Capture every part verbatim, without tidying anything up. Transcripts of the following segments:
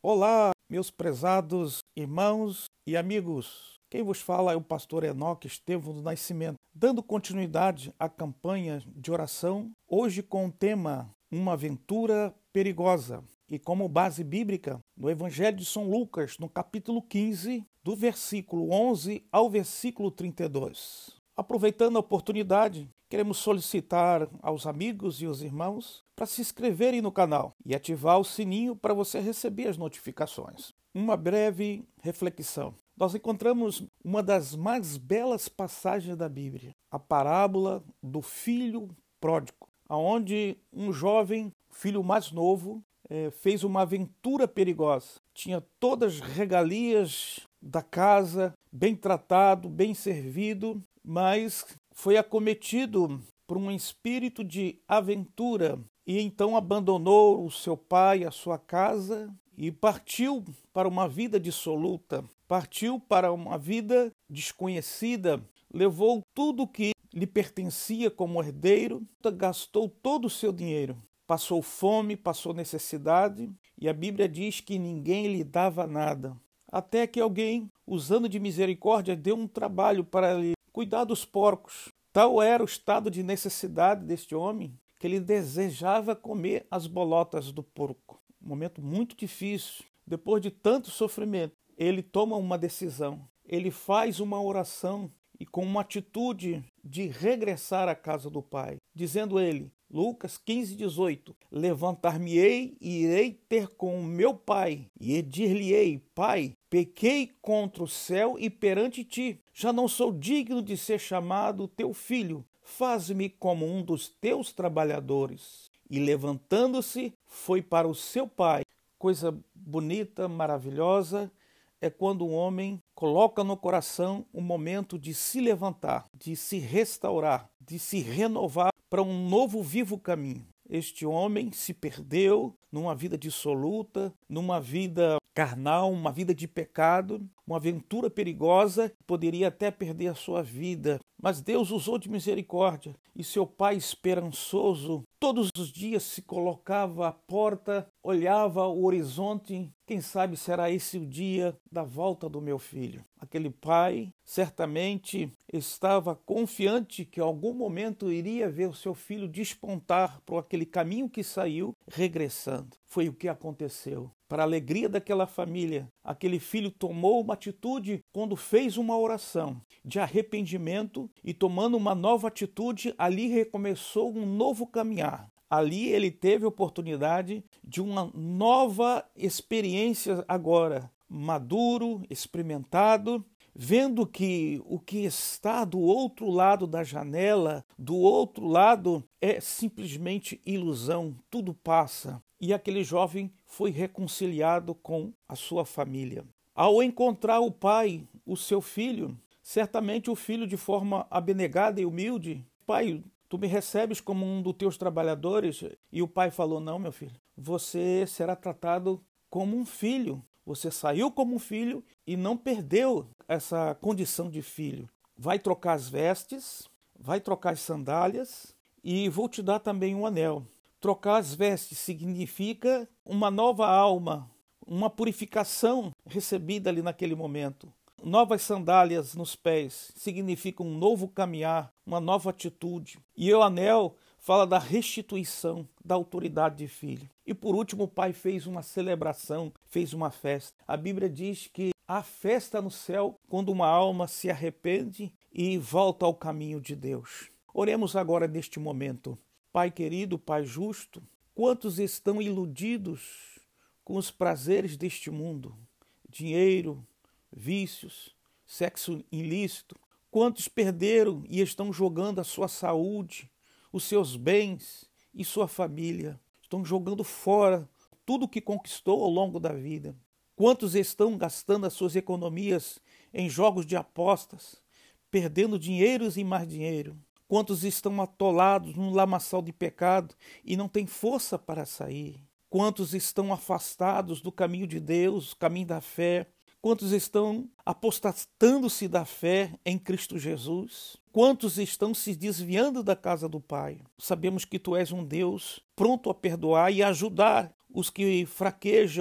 Olá, meus prezados irmãos e amigos. Quem vos fala é o pastor Enoque Estevão do Nascimento, dando continuidade à campanha de oração, hoje com o tema Uma Aventura Perigosa. E como base bíblica, no Evangelho de São Lucas, no capítulo quinze, do versículo onze ao versículo trinta e dois. Aproveitando a oportunidade, queremos solicitar aos amigos e os irmãos para se inscreverem no canal e ativar o sininho para você receber as notificações. Uma breve reflexão. Nós encontramos uma das mais belas passagens da Bíblia, a parábola do filho pródigo, onde um jovem, filho mais novo, eh, fez uma aventura perigosa. Tinha todas as regalias da casa, bem tratado, bem servido, mas foi acometido por um espírito de aventura e então abandonou o seu pai, a sua casa e partiu para uma vida dissoluta, partiu para uma vida desconhecida, levou tudo que lhe pertencia como herdeiro, gastou todo o seu dinheiro, passou fome, passou necessidade e a Bíblia diz que ninguém lhe dava nada. Até que alguém, usando de misericórdia, deu um trabalho para lhe cuidar dos porcos. Tal era o estado de necessidade deste homem que ele desejava comer as bolotas do porco. Um momento muito difícil. Depois de tanto sofrimento, ele toma uma decisão. Ele faz uma oração e com uma atitude de regressar à casa do pai, dizendo ele, Lucas quinze, dezoito, levantar-me-ei e irei ter com o meu pai, e dir-lhe-ei, pai, pequei contra o céu e perante ti, já não sou digno de ser chamado teu filho, faz-me como um dos teus trabalhadores. E levantando-se, foi para o seu pai. Coisa bonita, maravilhosa, é quando um homem coloca no coração o momento de se levantar, de se restaurar, de se renovar para um novo vivo caminho. Este homem se perdeu numa vida dissoluta, numa vida carnal, uma vida de pecado, uma aventura perigosa, poderia até perder a sua vida. Mas Deus usou de misericórdia e seu pai esperançoso todos os dias se colocava à porta, olhava o horizonte. Quem sabe será esse o dia da volta do meu filho. Aquele pai certamente estava confiante que em algum momento iria ver o seu filho despontar por aquele caminho que saiu, regressando. Foi o que aconteceu. Para a alegria daquela família, aquele filho tomou uma atitude quando fez uma oração de arrependimento e tomando uma nova atitude, ali recomeçou um novo caminhar. Ali ele teve a oportunidade de uma nova experiência agora, maduro, experimentado, vendo que o que está do outro lado da janela, do outro lado, é simplesmente ilusão, tudo passa. E aquele jovem foi reconciliado com a sua família. Ao encontrar o pai, o seu filho, certamente o filho de forma abnegada e humilde, pai, tu me recebes como um dos teus trabalhadores? E o pai falou, não, meu filho, você será tratado como um filho. Você saiu como um filho e não perdeu essa condição de filho. Vai trocar as vestes, vai trocar as sandálias e vou te dar também um anel. Trocar as vestes significa uma nova alma, uma purificação recebida ali naquele momento. Novas sandálias nos pés significa um novo caminhar, uma nova atitude. E o anel fala da restituição da autoridade de filho. E por último, o pai fez uma celebração, fez uma festa. A Bíblia diz que há festa no céu quando uma alma se arrepende e volta ao caminho de Deus. Oremos agora neste momento. Pai querido, Pai justo, quantos estão iludidos com os prazeres deste mundo? Dinheiro, vícios, sexo ilícito. Quantos perderam e estão jogando a sua saúde, os seus bens e sua família? Estão jogando fora tudo o que conquistou ao longo da vida. Quantos estão gastando as suas economias em jogos de apostas, perdendo dinheiros e mais dinheiro? Quantos estão atolados num lamaçal de pecado e não têm força para sair? Quantos estão afastados do caminho de Deus, caminho da fé? Quantos estão apostatando-se da fé em Cristo Jesus? Quantos estão se desviando da casa do Pai? Sabemos que Tu és um Deus pronto a perdoar e a ajudar os que fraquejam,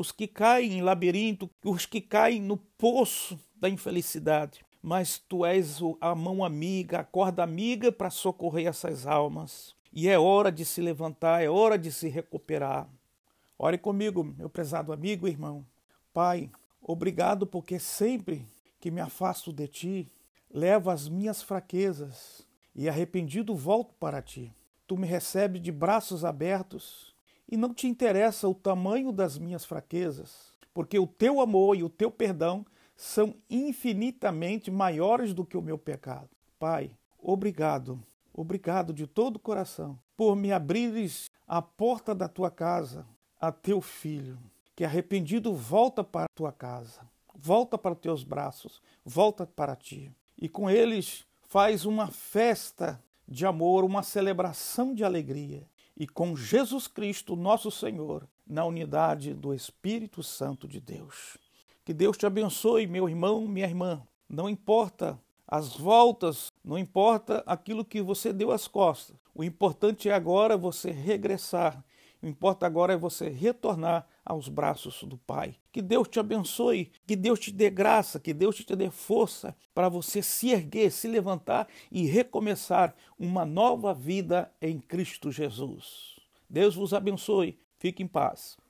os que caem em labirinto, os que caem no poço da infelicidade. Mas tu és a mão amiga, a corda amiga para socorrer essas almas. E é hora de se levantar, é hora de se recuperar. Ore comigo, meu prezado amigo e irmão. Pai, obrigado porque sempre que me afasto de ti, levo as minhas fraquezas e arrependido volto para ti. Tu me recebes de braços abertos e não te interessa o tamanho das minhas fraquezas, porque o teu amor e o teu perdão são infinitamente maiores do que o meu pecado. Pai, obrigado, obrigado de todo o coração por me abrires a porta da tua casa a teu filho, que arrependido volta para a tua casa, volta para os teus braços, volta para ti. E com eles faz uma festa de amor, uma celebração de alegria. E com Jesus Cristo, nosso Senhor, na unidade do Espírito Santo de Deus. Que Deus te abençoe, meu irmão, minha irmã. Não importa as voltas, não importa aquilo que você deu às costas. O importante é agora você regressar. O que importa agora é você retornar aos braços do Pai. Que Deus te abençoe, que Deus te dê graça, que Deus te dê força para você se erguer, se levantar e recomeçar uma nova vida em Cristo Jesus. Deus vos abençoe. Fique em paz.